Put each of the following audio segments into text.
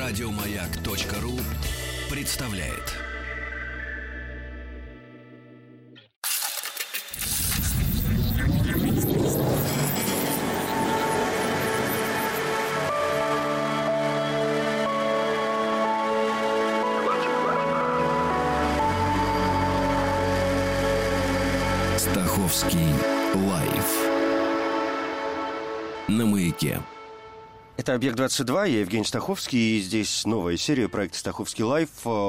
Радиомаяк.ру представляет. Стаховский лайф на Маяке. Это «Объект-22», я Евгений Стаховский, и здесь новая серия проекта «Стаховский лайф»,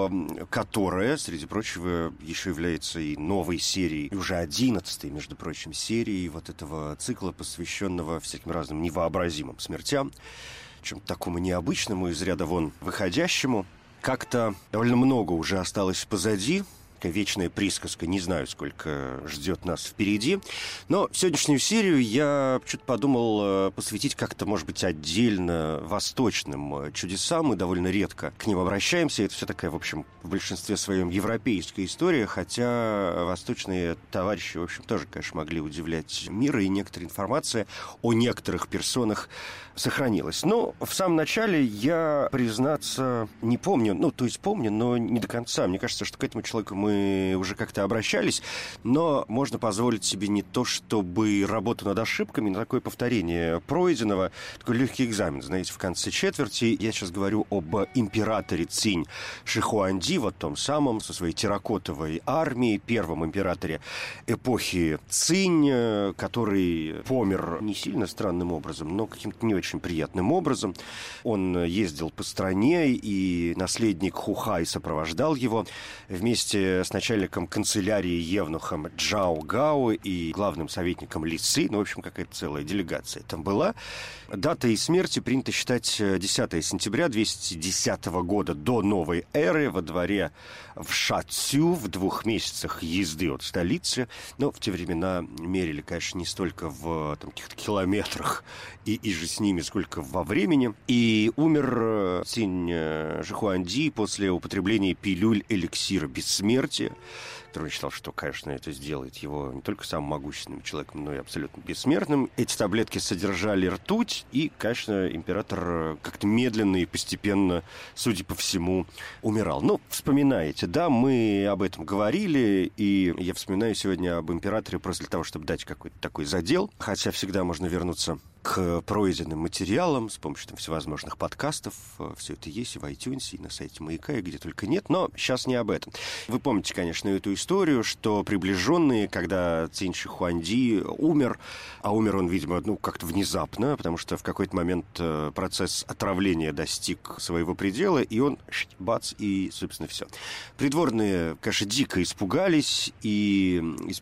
которая, среди прочего, еще является и новой серией, и уже 11-й, между прочим, серией вот этого цикла, посвященного всяким разным невообразимым смертям, чем-то такому необычному, из ряда вон выходящему. Как-то довольно много уже осталось позади. Вечная присказка, не знаю, сколько ждет нас впереди. Но сегодняшнюю серию я что-то подумал посвятить как-то, может быть, отдельно восточным чудесам. Мы довольно редко к ним обращаемся. Это все такая, в общем, в большинстве своем европейская история. Хотя восточные товарищи, в общем, тоже, конечно, могли удивлять мир. И некоторая информация о некоторых персонах сохранилась. Но в самом начале я, признаться, не помню. Ну, то есть помню, но не до конца. Мне кажется, что к этому человеку мы уже как-то обращались, но можно позволить себе не то чтобы работу над ошибками, но такое повторение пройденного, такой легкий экзамен, знаете, в конце четверти. Я сейчас говорю об императоре Цинь Шихуанди, вот том самом, со своей терракотовой армией, первом императоре эпохи Цинь, который помер не сильно странным образом, но каким-то не очень приятным образом. Он ездил по стране, и наследник Хухай сопровождал его вместе с начальником канцелярии Евнухом Джао Гао и главным советником Ли Ци. Ну, в общем, какая-то целая делегация там была. Датой смерти принято считать 10 сентября 210 года до новой эры во дворе в Шацю, в 2 месяцах езды от столицы. Но в те времена мерили, конечно, не столько в каких-то километрах и же с ними, сколько во времени. И умер Цинь Шихуанди после употребления пилюль эликсира бессмертия, который он считал, что, конечно, это сделает его не только самым могущественным человеком, но и абсолютно бессмертным. Эти таблетки содержали ртуть, и, конечно, император как-то медленно и постепенно, судя по всему, умирал. Ну, вспоминаете, да, мы об этом говорили, и я вспоминаю сегодня об императоре просто для того, чтобы дать какой-то такой задел, хотя всегда можно вернуться к пройденным материалам с помощью там всевозможных подкастов. Все это есть и в iTunes, и на сайте Маяка, и где только нет. Но сейчас не об этом. Вы помните, конечно, эту историю, что приближенные, когда Цинь Шихуанди умер, а умер он, видимо, как-то внезапно, потому что в какой-то момент процесс отравления достиг своего предела, и он бац, и, собственно, все. Придворные, конечно, дико испугались и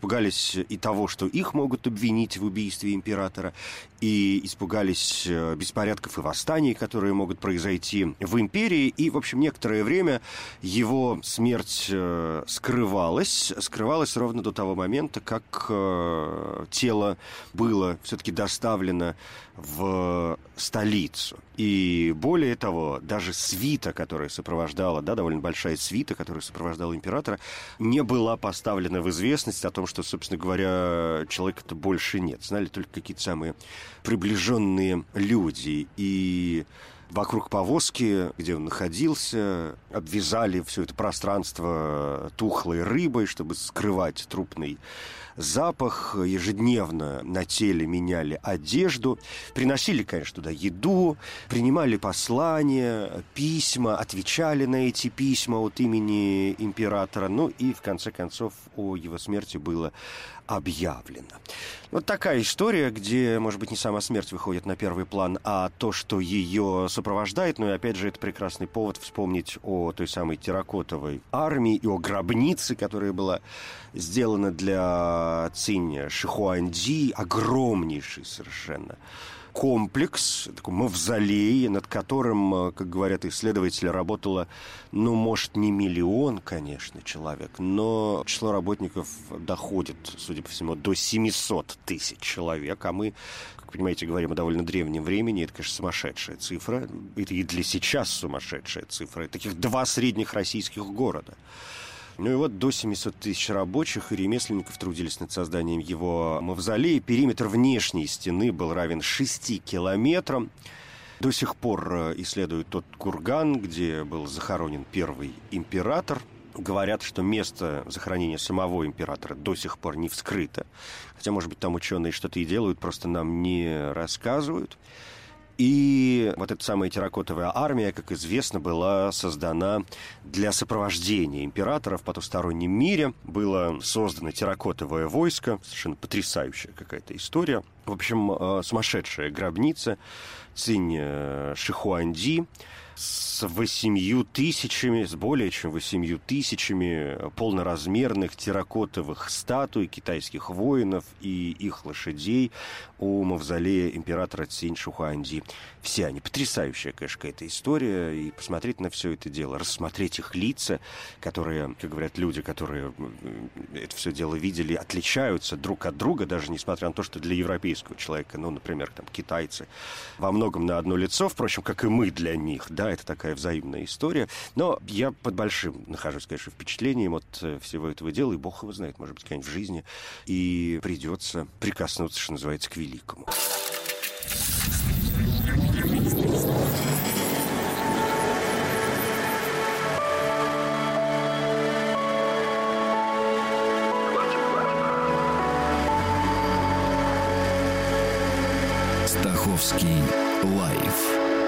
того, что их могут обвинить в убийстве императора, и испугались беспорядков и восстаний, которые могут произойти в империи. И, в общем, некоторое время его смерть скрывалась ровно до того момента, как тело было все-таки доставлено в столицу. И более того, даже свита, которая сопровождала, да, довольно большая свита, которая сопровождала императора, не была поставлена в известность о том, что, собственно говоря, человека-то больше нет. Знали только какие-то самые приближенные люди. И вокруг повозки, где он находился, обвязали все это пространство тухлой рыбой, чтобы скрывать трупный запах. Ежедневно на теле меняли одежду. Приносили, конечно, туда еду, принимали послания, письма, отвечали на эти письма от имени императора. Ну и, в конце концов, о его смерти было объявлено. Вот такая история, где, может быть, не сама смерть выходит на первый план, а то, что ее сопровождает. Ну и, опять же, это прекрасный повод вспомнить о той самой терракотовой армии и о гробнице, которая была сделана для Цинь Шихуанди, огромнейший совершенно комплекс, такой мавзолей, над которым, как говорят исследователи, работало, может, не 1 миллион, конечно, человек, но число работников доходит, судя по всему, до 700 тысяч человек, а мы, как понимаете, говорим о довольно древнем времени, это, конечно, сумасшедшая цифра, это и для сейчас сумасшедшая цифра, таких 2 средних российских города. Ну и вот до 700 тысяч рабочих и ремесленников трудились над созданием его мавзолея. Периметр внешней стены был равен 6 километрам. до сих пор исследуют тот курган, где был захоронен первый император. Говорят, что место захоронения самого императора до сих пор не вскрыто. Хотя, может быть, там ученые что-то и делают, просто нам не рассказывают. И вот эта самая терракотовая армия, как известно, была создана для сопровождения императора в потустороннем мире. Было создано терракотовое войско, совершенно потрясающая какая-то история. В общем, сумасшедшая гробница Цинь Шихуанди с 8 тысячами, с более чем 8 тысячами полноразмерных терракотовых статуй китайских воинов и их лошадей у мавзолея императора Цинь Шихуанди. Все они. Потрясающая, конечно, какая-то история. И посмотреть на все это дело, рассмотреть их лица, которые, как говорят люди, которые это все дело видели, отличаются друг от друга, даже несмотря на то, что для европейского человека, ну, например, там, китайцы, во многом на одно лицо, впрочем, как и мы для них, да, это такая взаимная история. Но я под большим нахожусь, конечно, впечатлением от всего этого дела, и бог его знает, может быть, когда-нибудь в жизни и придется прикоснуться, что называется, к великому. Стаховский лайф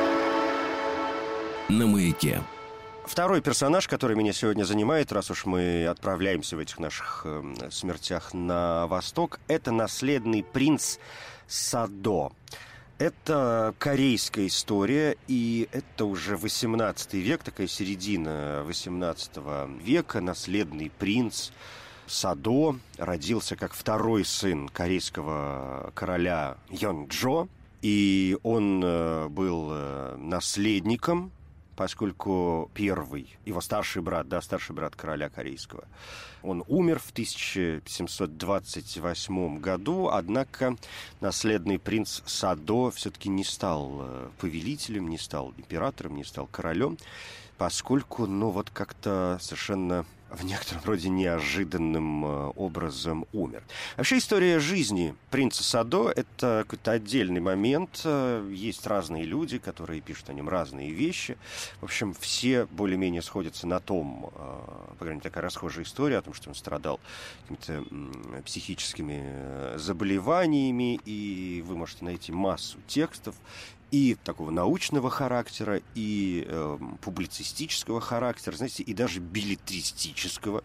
на Маяке. Второй персонаж, который меня сегодня занимает, раз уж мы отправляемся в этих наших смертях на восток, это наследный принц Садо. Это корейская история, и это уже 18 век, такая середина 18 века. Наследный принц Садо родился как второй сын корейского короля Йонджо, и он был наследником, поскольку первый, его старший брат короля корейского, он умер в 1728 году, однако наследный принц Садо все-таки не стал повелителем, не стал императором, не стал королем, поскольку, ну, вот как-то совершенно в некотором роде неожиданным образом умер. Вообще история жизни принца Садо – это какой-то отдельный момент. Есть разные люди, которые пишут о нем разные вещи. В общем, все более-менее сходятся на том, по крайней мере, такая расхожая история о том, что он страдал какими-то психическими заболеваниями, и вы можете найти массу текстов и такого научного характера, и публицистического характера, знаете, и даже билетристского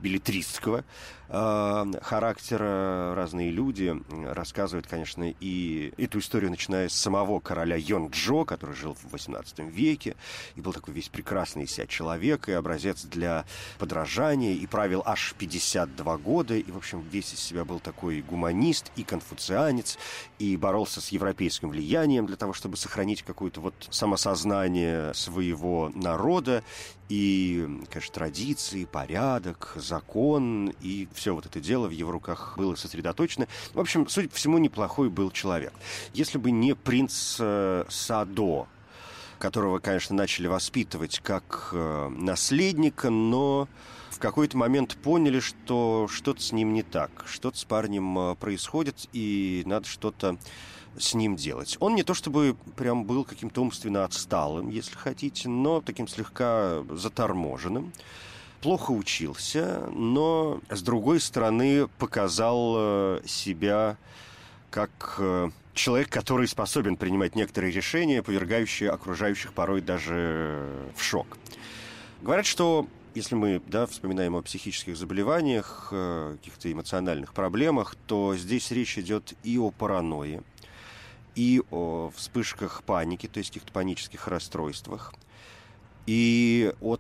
характера. Разные люди рассказывают, конечно, и эту историю, начиная с самого короля Йонджо, который жил в XVIII веке, и был такой весь прекрасный из себя человек, и образец для подражания, и правил аж 52 года, и, в общем, весь из себя был такой гуманист и конфуцианец, и боролся с европейским влиянием для того, чтобы сохранить какое-то вот самосознание своего народа, и, конечно, традиции, порядок, закон, и все вот это дело в его руках было сосредоточено. В общем, судя по всему, неплохой был человек. Если бы не принц Садо, которого, конечно, начали воспитывать как наследника, но в какой-то момент поняли, что что-то с ним не так, что-то с парнем происходит, и надо что-то с ним делать. Он не то чтобы прям был каким-то умственно отсталым, если хотите, но таким слегка заторможенным. Плохо учился, но, с другой стороны, показал себя как человек, который способен принимать некоторые решения, повергающие окружающих порой даже в шок. Говорят, что если мы, вспоминаем о психических заболеваниях, каких-то эмоциональных проблемах, то здесь речь идет и о паранойе, и о вспышках паники, то есть каких-то панических расстройствах, и от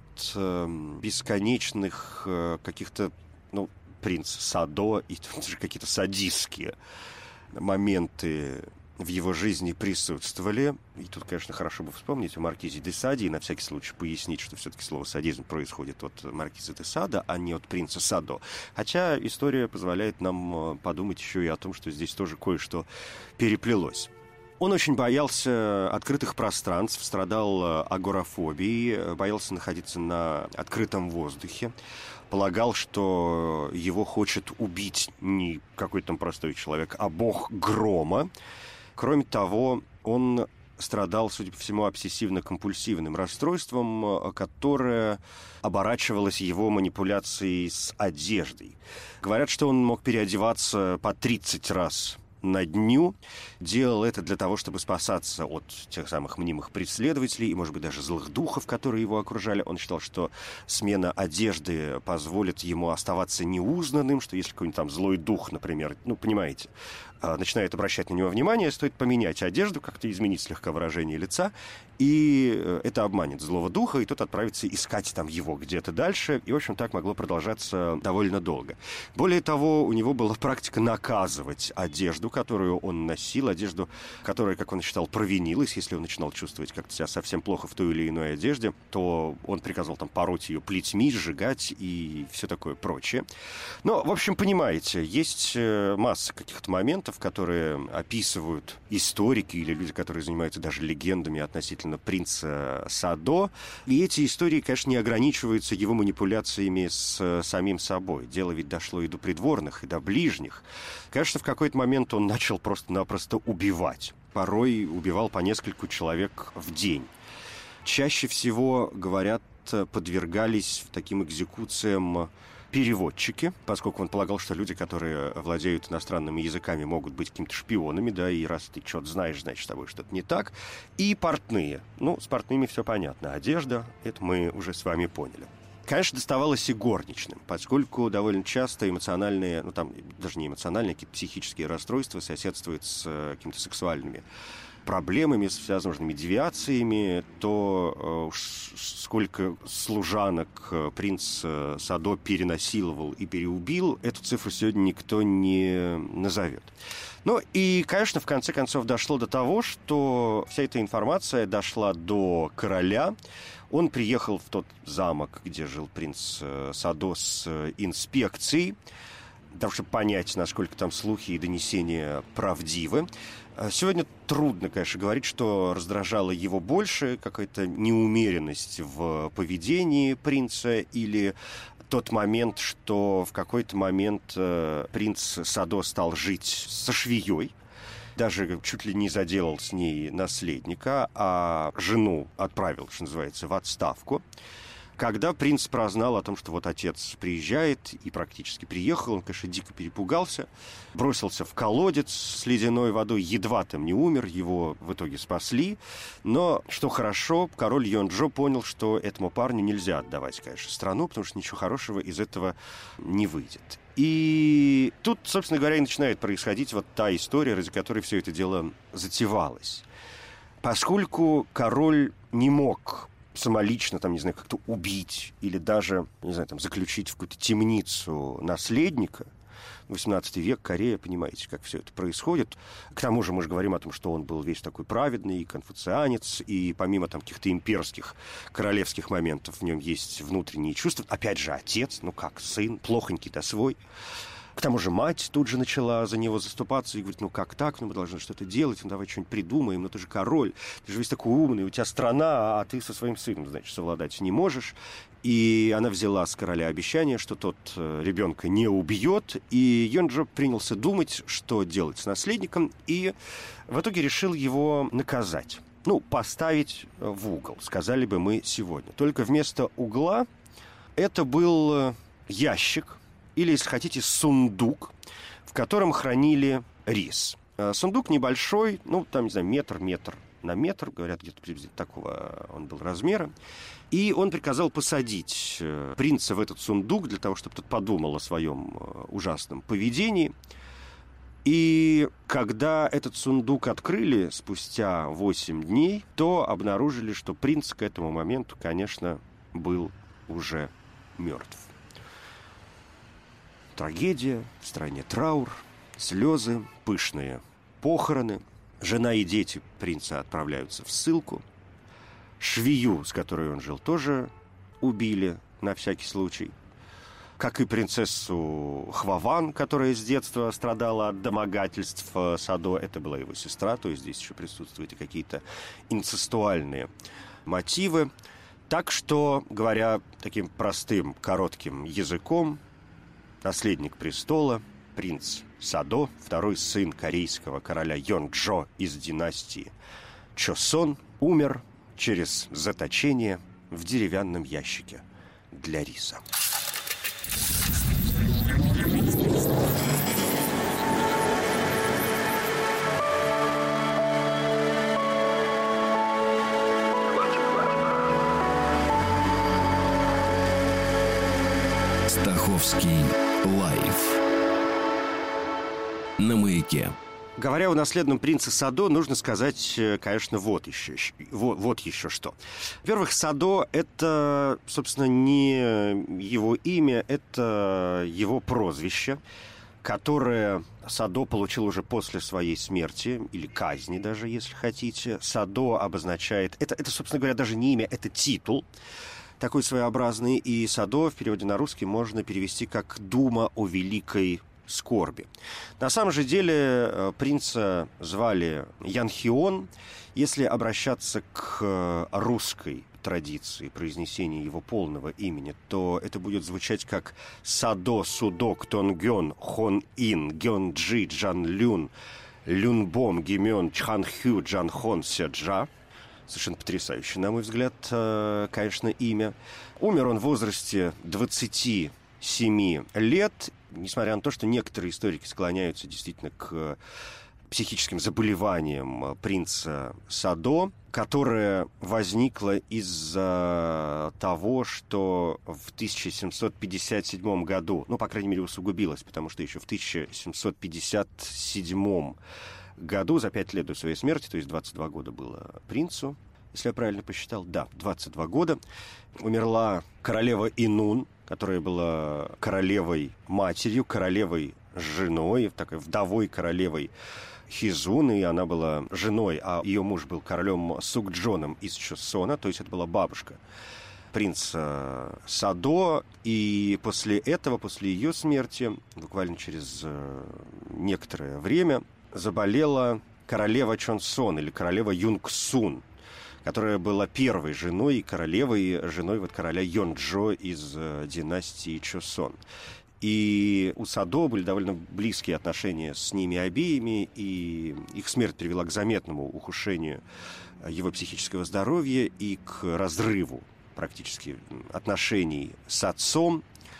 бесконечных каких-то, принц Садо, и тут же какие-то садистские моменты в его жизни присутствовали. И тут, конечно, хорошо бы вспомнить о маркизе де Саде и на всякий случай пояснить, что все-таки слово «садизм» происходит от маркиза де Сада, а не от принца Садо. Хотя история позволяет нам подумать еще и о том, что здесь тоже кое-что переплелось. Он очень боялся открытых пространств, страдал агорафобией, боялся находиться на открытом воздухе, полагал, что его хочет убить не какой-то там простой человек, а бог грома. Кроме того, он страдал, судя по всему, обсессивно-компульсивным расстройством, которое оборачивалось его манипуляцией с одеждой. Говорят, что он мог переодеваться по 30 раз на дню, делал это для того, чтобы спасаться от тех самых мнимых преследователей и, может быть, даже злых духов, которые его окружали. Он считал, что смена одежды позволит ему оставаться неузнанным, что если какой-нибудь там злой дух, например, понимаете, начинает обращать на него внимание, стоит поменять одежду, как-то изменить слегка выражение лица, и это обманет злого духа, и тот отправится искать там его где-то дальше. И, в общем, так могло продолжаться довольно долго. Более того, у него была практика наказывать одежду, которую он носил, одежду, которая, как он считал, провинилась. Если он начинал чувствовать как-то себя совсем плохо в той или иной одежде, то он приказывал там пороть ее плетьми, сжигать и все такое прочее. Но, в общем, понимаете, есть масса каких-то моментов, которые описывают историки или люди, которые занимаются даже легендами относительно принца Садо. И эти истории, конечно, не ограничиваются его манипуляциями с самим собой. Дело ведь дошло и до придворных, и до ближних. Конечно, в какой-то момент он начал просто-напросто убивать. Порой убивал по нескольку человек в день. Чаще всего, говорят, подвергались таким экзекуциям переводчики, поскольку он полагал, что люди, которые владеют иностранными языками, могут быть какими-то шпионами, да, и раз ты что-то знаешь, значит, с тобой что-то не так. И портные. С портными все понятно. Одежда, это мы уже с вами поняли. Конечно, доставалось и горничным, поскольку довольно часто эмоциональные, там даже не эмоциональные, какие-то психические расстройства соседствуют с какими-то сексуальными проблемами, связанными с девиациями, то сколько служанок принц Садо перенасиловал и переубил, эту цифру сегодня никто не назовет. И, конечно, в конце концов дошло до того, что вся эта информация дошла до короля. Он приехал в тот замок, где жил принц Садо, с инспекцией, для того, чтобы понять, насколько там слухи и донесения правдивы. Сегодня трудно, конечно, говорить, что раздражало его больше, какая-то неумеренность в поведении принца или тот момент, что в какой-то момент принц Садо стал жить со швеей, даже чуть ли не заделал с ней наследника, а жену отправил, что называется, в отставку. Когда принц прознал о том, что вот отец приезжает, и практически приехал, он, конечно, дико перепугался, бросился в колодец с ледяной водой, едва там не умер, его в итоге спасли. Но, что хорошо, король Йонджо понял, что этому парню нельзя отдавать, конечно, страну, потому что ничего хорошего из этого не выйдет. И тут, собственно говоря, и начинает происходить вот та история, ради которой все это дело затевалось. Поскольку король не мог самолично, как-то убить или даже, заключить в какую-то темницу наследника. 18 век, Корея, понимаете, как все это происходит. К тому же мы же говорим о том, что он был весь такой праведный, конфуцианец, и помимо каких-то имперских, королевских моментов, в нем есть внутренние чувства. Опять же, отец, сын, плохонький-то свой. К тому же мать тут же начала за него заступаться и говорит, как так, мы должны что-то делать, давай что-нибудь придумаем, ты же король, ты же весь такой умный, у тебя страна, а ты со своим сыном, совладать не можешь. И она взяла с короля обещание, что тот ребенка не убьет, и Йонджо принялся думать, что делать с наследником, и в итоге решил его наказать. Поставить в угол, сказали бы мы сегодня. Только вместо угла это был ящик, или, если хотите, сундук, в котором хранили рис. Сундук небольшой, метр на метр, говорят, где-то приблизительно такого он был размера. И он приказал посадить принца в этот сундук для того, чтобы тот подумал о своем ужасном поведении. И когда этот сундук открыли спустя 8 дней, то обнаружили, что принц к этому моменту, конечно, был уже мертв. Трагедия, в стране траур, слезы, пышные похороны. Жена и дети принца отправляются в ссылку. Швею, с которой он жил, тоже убили на всякий случай. Как и принцессу Хваван, которая с детства страдала от домогательств Садо. Это была его сестра, то есть здесь еще присутствуют и какие-то инцестуальные мотивы. Так что, говоря таким простым, коротким языком, наследник престола, принц Садо, второй сын корейского короля Йонджо из династии Чосон умер через заточение в деревянном ящике для риса. Стаховский лайф на Маяке. Говоря о наследном принце Садо, нужно сказать, конечно, вот еще что. Во-первых, Садо — это, собственно, не его имя, это его прозвище, которое Садо получил уже после своей смерти, или казни даже, если хотите. Садо обозначает... Это, собственно говоря, даже не имя, это титул такой своеобразный. И Садо в переводе на русский можно перевести как «дума о великой скорби». На самом же деле принца звали Янхион. Если обращаться к русской традиции произнесения его полного имени, то это будет звучать как Садо Судок Тонгён Хон Ин Гёнджи Джан Люн Люнбом Гимён Чханхю Джан Хон Седжа. Совершенно потрясающее, на мой взгляд, конечно, имя. Умер он в возрасте 27 лет. Несмотря на то, что некоторые историки склоняются действительно к психическим заболеваниям принца Садо, которое возникло из-за того, что в 1757 году, по крайней мере, усугубилось, потому что еще в 1757 году, за 5 лет до своей смерти, то есть 22 года было принцу, если я правильно посчитал, да, 22 года, умерла королева Инун, которая была королевой матерью, королевой женой, такой вдовой королевой Хизуны, и она была женой, а ее муж был королем Сукджоном из Чосона, то есть это была бабушка принца Садо, и после этого, после ее смерти, буквально через некоторое время, заболела королева Чонсон или королева Юнгсун, которая была первой женой и королевой, женой короля Йонджо из династии Чосон. И у Садо были довольно близкие отношения с ними обеими, и их смерть привела к заметному ухудшению его психического здоровья и к разрыву практически отношений с отцом.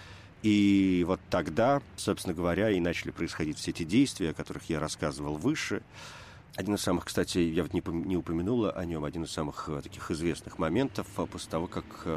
И вот тогда, собственно говоря, и начали происходить все эти действия, о которых я рассказывал выше. Один из самых, кстати, я не упомянула о нем, один из самых таких известных моментов после того, как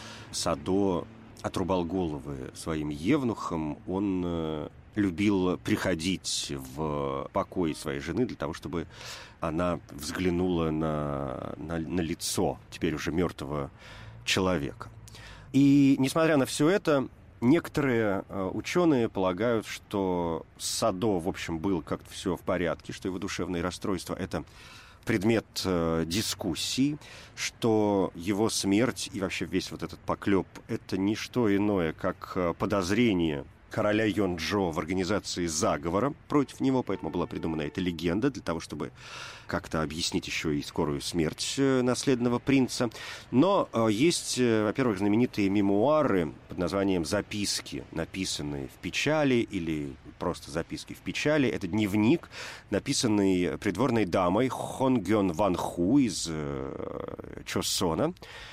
Садо отрубал головы своим евнухам, он любил приходить в покой своей жены для того, чтобы она взглянула на лицо теперь уже мертвого человека. И, несмотря на все это, некоторые ученые полагают, что с Садо, в общем, было как-то все в порядке, что его душевные расстройства — это предмет дискуссий, что его смерть и вообще весь вот этот поклеп — это не что иное, как подозрение короля Йонджо в организации заговора против него, поэтому была придумана эта легенда для того, чтобы как-то объяснить еще и скорую смерть наследного принца. Но есть, во-первых, знаменитые мемуары под названием «Записки», написанные в печали или просто «Записки в печали». Это дневник, написанный придворной дамой Хонгён Ванху из Чосона.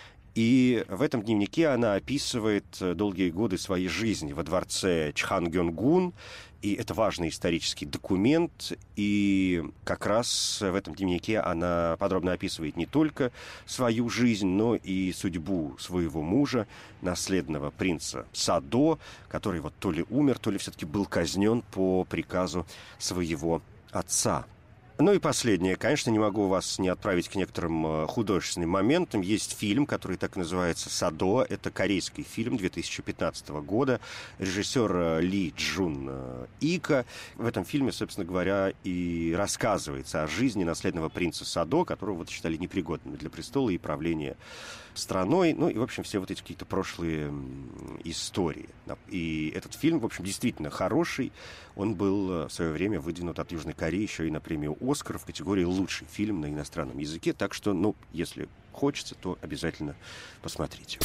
И в этом дневнике она описывает долгие годы своей жизни во дворце Чхангёнгун. И это важный исторический документ. И как раз в этом дневнике она подробно описывает не только свою жизнь, но и судьбу своего мужа, наследного принца Садо, который вот то ли умер, то ли все-таки был казнен по приказу своего отца. Ну и последнее. Конечно, не могу вас не отправить к некоторым художественным моментам. Есть фильм, который так и называется «Садо». Это корейский фильм 2015 года. Режиссер Ли Джун Ика. В этом фильме, собственно говоря, и рассказывается о жизни наследного принца Садо, которого вот считали непригодным для престола и правления страной. Ну и, в общем, все вот эти какие-то прошлые истории. И этот фильм, в общем, действительно хороший. Он был в свое время выдвинут от Южной Кореи еще и на премию «Оскар» в категории «Лучший фильм на иностранном языке». Так что, если хочется, то обязательно посмотрите.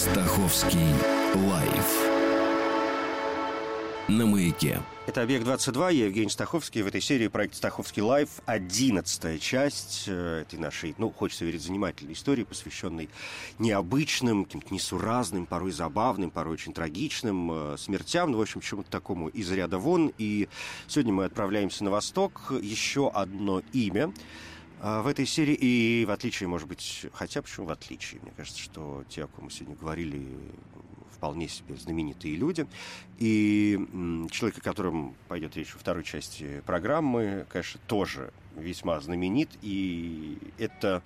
Стаховский лайф на Маяке. Это «Объект-22», я Евгений Стаховский. В этой серии проект «Стаховский лайф» 11-я часть этой нашей, хочется верить, занимательной истории, посвященной необычным, каким-то несуразным, порой забавным, порой очень трагичным смертям, в общем, чему-то такому из ряда вон. И сегодня мы отправляемся на восток. Еще одно имя в этой серии, и в отличие, может быть, хотя почему в отличие, мне кажется, что те, о ком мы сегодня говорили, вполне себе знаменитые люди. И человек, о котором пойдет речь во второй части программы, конечно, тоже весьма знаменит. И это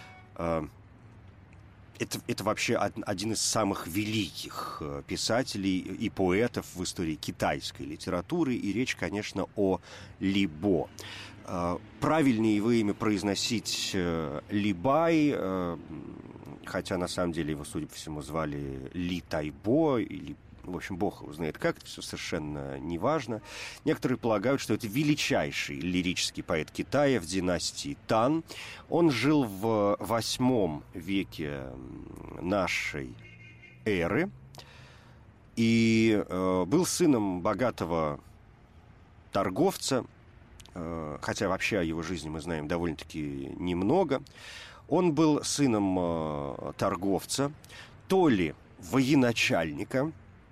вообще один из самых великих писателей и поэтов в истории китайской литературы. И речь, конечно, о Ли Бо. Правильнее его имя произносить Ли Бай, хотя на самом деле его, судя по всему, звали Ли Тайбо, или, в общем, бог его знает как, это все совершенно неважно. Некоторые полагают, что это величайший лирический поэт Китая в династии Тан. Он жил в 8 веке нашей эры и был сыном богатого торговца, хотя вообще о его жизни мы знаем довольно-таки немного. Он был сыном торговца, то ли военачальника.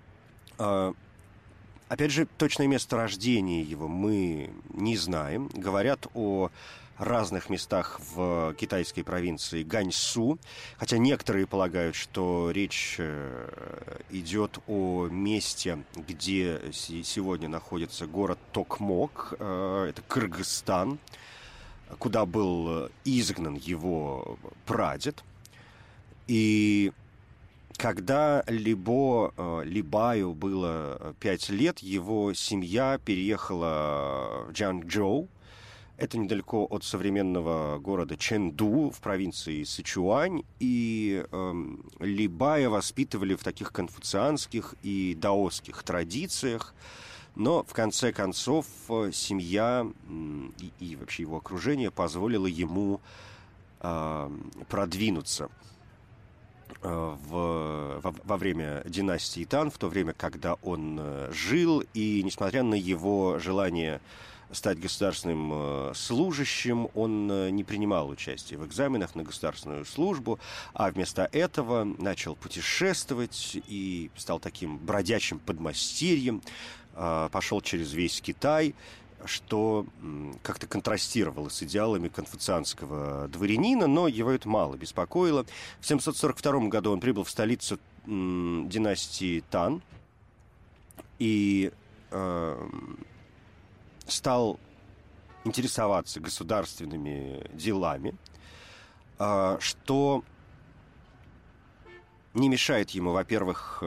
Опять же, точное место рождения его мы не знаем. Говорят о разных местах в китайской провинции Ганьсу, хотя некоторые полагают, что речь идет о месте, где сегодня находится город Токмок, это Кыргызстан, куда был изгнан его прадед. И когда Ли Баю было 5 лет, его семья переехала в Чжанчжоу. Это недалеко от современного города Чэнду в провинции Сычуань. И Ли Бая воспитывали в таких конфуцианских и даосских традициях. Но, в конце концов, семья и вообще его окружение позволило ему продвинуться во время династии Тан, в то время, когда он жил. И, несмотря на его желание стать государственным служащим, он не принимал участия в экзаменах на государственную службу, а вместо этого начал путешествовать и стал таким бродячим подмастерьем, пошел через весь Китай, что как-то контрастировало с идеалами конфуцианского дворянина, но его это мало беспокоило. В 742 году он прибыл в столицу династии Тан и стал интересоваться государственными делами, что не мешает ему, во-первых,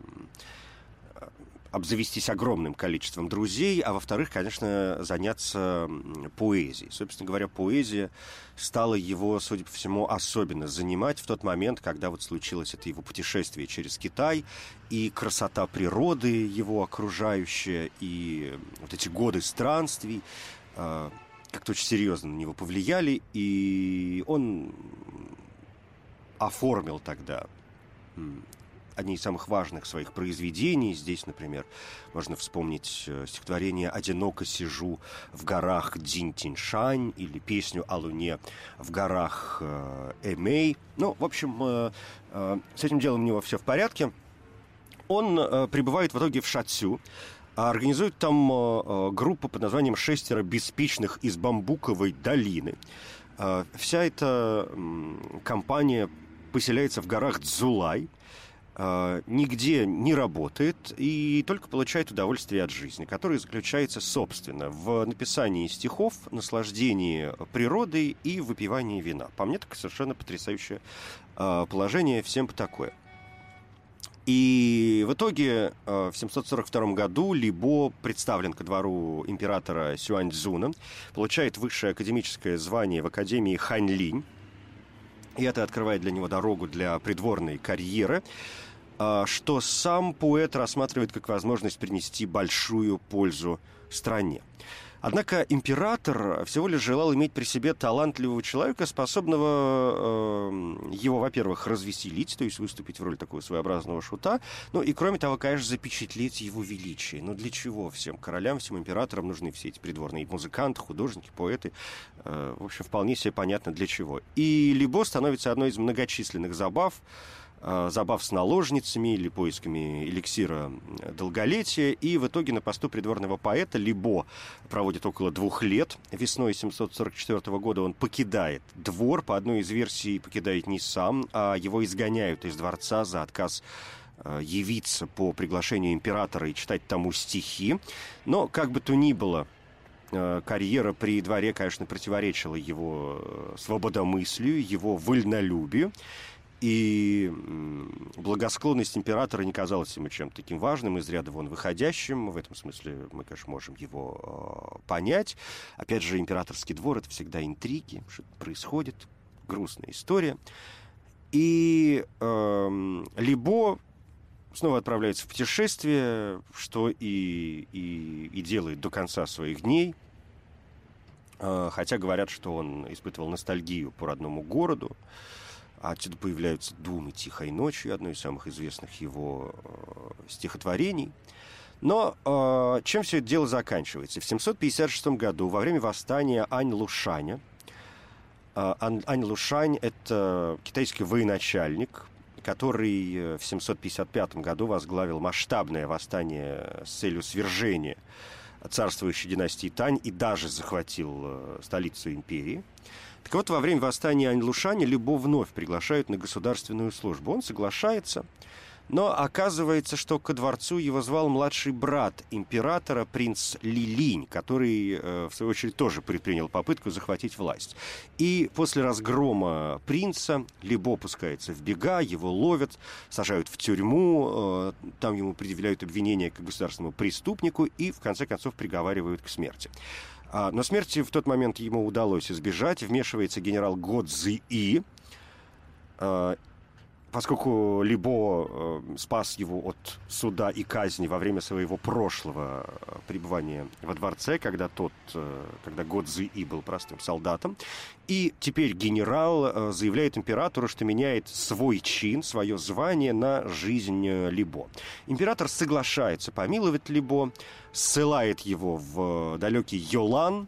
обзавестись огромным количеством друзей, а во-вторых, конечно, заняться поэзией. Собственно говоря, поэзия стала его, судя по всему, особенно занимать в тот момент, когда вот случилось это его путешествие через Китай, и красота природы его окружающая, и вот эти годы странствий как-то очень серьезно на него повлияли, и он оформил тогда одни из самых важных своих произведений. Здесь, например, можно вспомнить стихотворение «Одиноко сижу в горах Дзинь-Тиньшань» или песню о луне в горах Эмей. В общем, с этим делом у него все в порядке. Он прибывает в итоге в Шацю, организует там группу под названием «Шестеро беспечных из бамбуковой долины». Вся эта компания поселяется в горах Цзулай, нигде не работает и только получает удовольствие от жизни, которое заключается, собственно, в написании стихов, наслаждении природой и выпивании вина. По мне, так совершенно потрясающее положение, всем бы такое. И в итоге в 742 году Ли Бо представлен ко двору императора Сюаньцзуна, получает высшее академическое звание в Академии Ханьлинь, и это открывает для него дорогу для придворной карьеры, что сам поэт рассматривает как возможность принести большую пользу стране. Однако император всего лишь желал иметь при себе талантливого человека, способного его, во-первых, развеселить, то есть выступить в роли такого своеобразного шута, ну и, кроме того, конечно, запечатлеть его величие. Но для чего всем королям, всем императорам нужны все эти придворные музыканты, художники, поэты? В общем, вполне себе понятно для чего. И Либо становится одной из многочисленных забав с наложницами или поисками эликсира долголетия. И в итоге на посту придворного поэта Либо проводит около 2 лет. Весной 744 года он покидает двор. По одной из версий покидает не сам, а его изгоняют из дворца за отказ явиться по приглашению императора и читать тому стихи. Но, как бы то ни было, карьера при дворе, конечно, противоречила его свободомыслию, его вольнолюбию. И благосклонность императора не казалась ему чем-то таким важным, из ряда вон выходящим. В этом смысле мы, конечно, можем его понять. Опять же, императорский двор — это всегда интриги, что-то происходит, грустная история. И Либо снова отправляется в путешествие, что и делает до конца своих дней. Хотя говорят, что он испытывал ностальгию по родному городу. Отсюда появляются «Думы тихой ночью», одно из самых известных его стихотворений. Но чем все это дело заканчивается? В 756 году, во время восстания Ань-Лушаня, Ань-Лушань — это китайский военачальник, который в 755 году возглавил масштабное восстание с целью свержения царствующей династии Тань и даже захватил столицу империи. Так вот, во время восстания Ань-Лушаня Либо вновь приглашают на государственную службу. Он соглашается, но оказывается, что ко дворцу его звал младший брат императора, принц Лилинь, который, в свою очередь, тоже предпринял попытку захватить власть. И после разгрома принца Либо пускается в бега, его ловят, сажают в тюрьму, там ему предъявляют обвинения как государственному преступнику и, в конце концов, приговаривают к смерти. Но смерти в тот момент ему удалось избежать. Вмешивается генерал Го Цзи-И. Поскольку Либо спас его от суда и казни во время своего прошлого пребывания во дворце, когда Го Цзи-И был простым солдатом. И теперь генерал заявляет императору, что меняет свой чин, свое звание на жизнь Либо. Император соглашается помиловать Либо, ссылает его в далекий Йолан.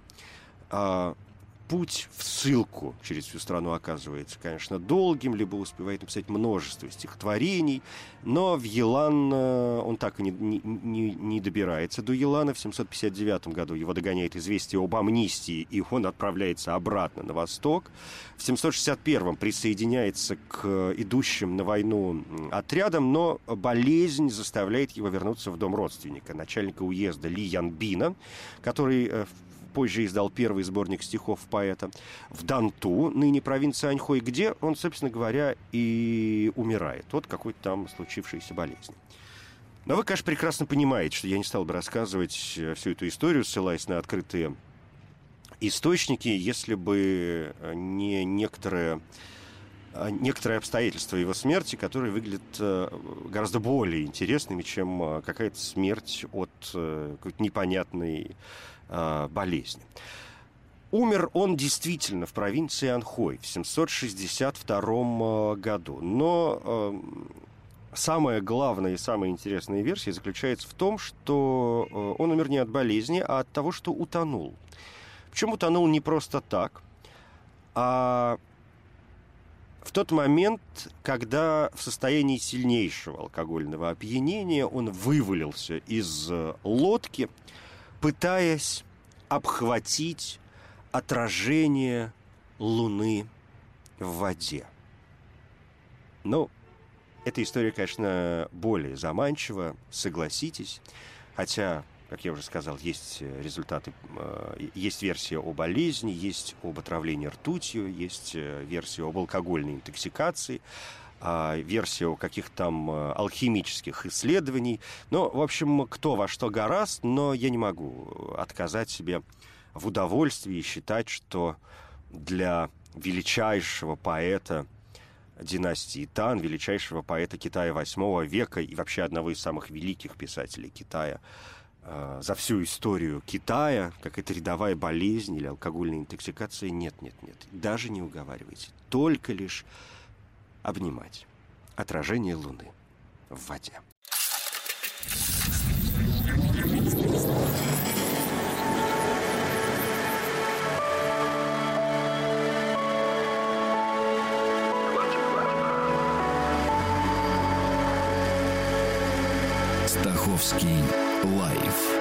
Путь в ссылку через всю страну оказывается, конечно, долгим, Либо успевает написать множество стихотворений, но в Елан он так и не добирается до Елана. В 759 году его догоняет известие об амнистии, и он отправляется обратно на восток. В 761 присоединяется к идущим на войну отрядам, но болезнь заставляет его вернуться в дом родственника, начальника уезда Ли Янбина, который позже издал первый сборник стихов поэта, в Данту, ныне провинция Аньхой, где он, собственно говоря, и умирает от какой-то там случившейся болезни. Но вы, конечно, прекрасно понимаете, что я не стал бы рассказывать всю эту историю, ссылаясь на открытые источники, если бы не некоторые обстоятельства его смерти, которые выглядят гораздо более интересными, чем какая-то смерть от какой-то непонятной болезни. Умер он действительно в провинции Анхой в 762 году. Но самая главная и самая интересная версия заключается в том, что он умер не от болезни, а от того, что утонул. Причем утонул не просто так, а в тот момент, когда в состоянии сильнейшего алкогольного опьянения он вывалился из лодки, пытаясь обхватить отражение Луны в воде. Ну, эта история, конечно, более заманчива, согласитесь. Хотя, как я уже сказал, есть результаты, есть версия о болезни, есть об отравлении ртутью, есть версия об алкогольной интоксикации, версия о каких-то там алхимических исследований. Ну, в общем, кто во что горазд, но я не могу отказать себе в удовольствии считать, что для величайшего поэта династии Тан, величайшего поэта Китая VIII века и вообще одного из самых великих писателей Китая, за всю историю Китая, какая-то рядовая болезнь или алкогольная интоксикация. Нет. Даже не уговаривайте. Только лишь обнимать. Отражение Луны в воде. Стаховский лайф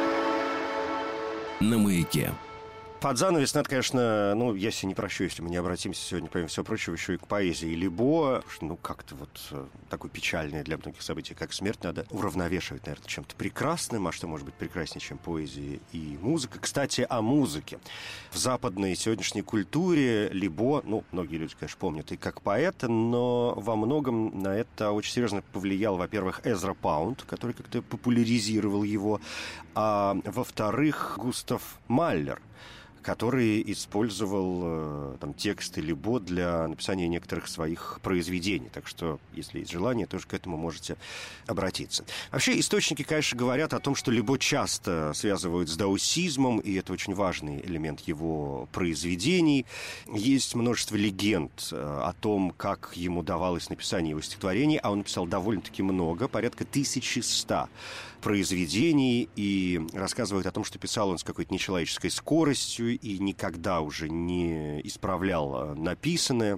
на Маяке. Под занавес надо, конечно, я себе не прощу, если мы не обратимся сегодня, помимо всего прочего, еще и к поэзии Либо. Как-то такое печальное для многих событие, как смерть, надо уравновешивать, наверное, чем-то прекрасным. А что может быть прекраснее, чем поэзия и музыка? Кстати, о музыке. В западной сегодняшней культуре Либо, многие люди, конечно, помнят и как поэта, но во многом на это очень серьезно повлиял, во-первых, Эзра Паунд, который как-то популяризировал его, а во-вторых, Густав Маллер, который использовал тексты Либо для написания некоторых своих произведений. Так что, если есть желание, тоже к этому можете обратиться. Вообще, источники, конечно, говорят о том, что Либо часто связывают с даосизмом, и это очень важный элемент его произведений. Есть множество легенд о том, как ему давалось написание его стихотворений, а он написал довольно-таки много, порядка 1100 произведений, и рассказывают о том, что писал он с какой-то нечеловеческой скоростью и никогда уже не исправлял написанное,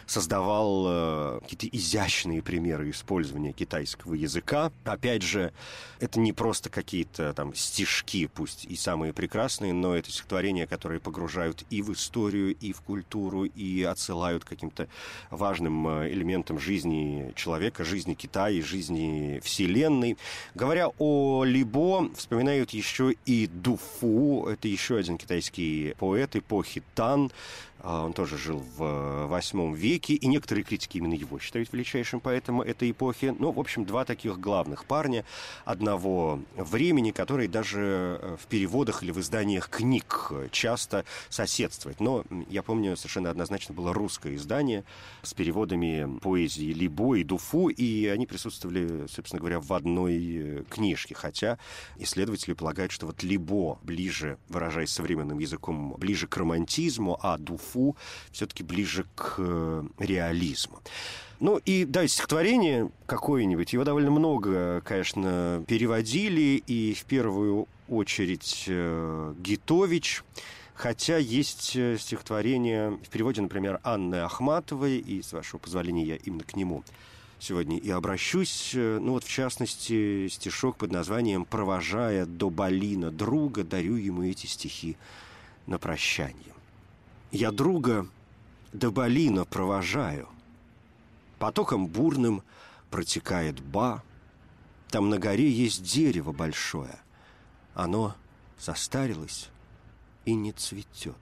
создавал какие-то изящные примеры использования китайского языка. Опять же, это не просто какие-то стишки, пусть и самые прекрасные, но это стихотворения, которые погружают и в историю, и в культуру, и отсылают к каким-то важным элементам жизни человека, жизни Китая, жизни Вселенной. Говоря о Либо, вспоминают еще и Дуфу. Это еще один китайский поэт эпохи Тан. Он тоже жил в 8 веке, и некоторые критики именно его считают величайшим поэтом этой эпохи. В общем, два таких главных парня одного времени, которые даже в переводах или в изданиях книг часто соседствуют. Но я помню, совершенно однозначно было русское издание с переводами поэзии Либо и Дуфу, и они присутствовали, собственно говоря, в одной книжке. Хотя исследователи полагают, что Либо ближе, выражаясь современным языком, ближе к романтизму, а Дуфу все-таки ближе к реализму. И стихотворение какое-нибудь, его довольно много, конечно, переводили, и в первую очередь Гитович, хотя есть стихотворение в переводе, например, Анны Ахматовой, и, с вашего позволения, я именно к нему сегодня и обращусь. В частности, стишок под названием «Провожая до Балина друга, дарю ему эти стихи на прощание. Я друга до Балина провожаю. Потоком бурным протекает Ба. Там на горе есть дерево большое. Оно состарилось и не цветет.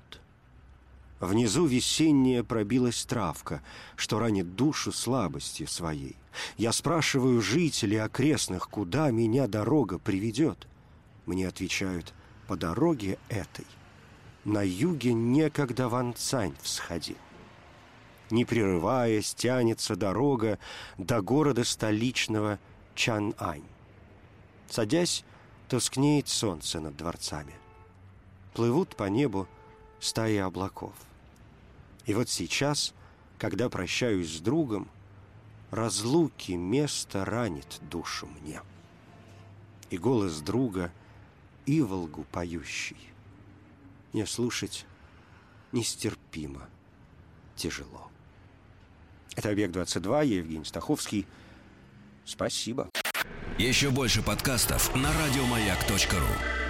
Внизу весенняя пробилась травка, что ранит душу слабостью своей. Я спрашиваю жителей окрестных, куда меня дорога приведет. Мне отвечают: по дороге этой на юге некогда Ванцань всходил. Не прерываясь, тянется дорога до города столичного Чанань. Садясь, тускнеет солнце над дворцами. Плывут по небу стаи облаков. И вот сейчас, когда прощаюсь с другом, разлуки место ранит душу мне. И голос друга иволгу поющий не слушать нестерпимо тяжело. Это «Объект-22», я Евгений Стаховский. Спасибо. Еще больше подкастов на радиомаяк.ру.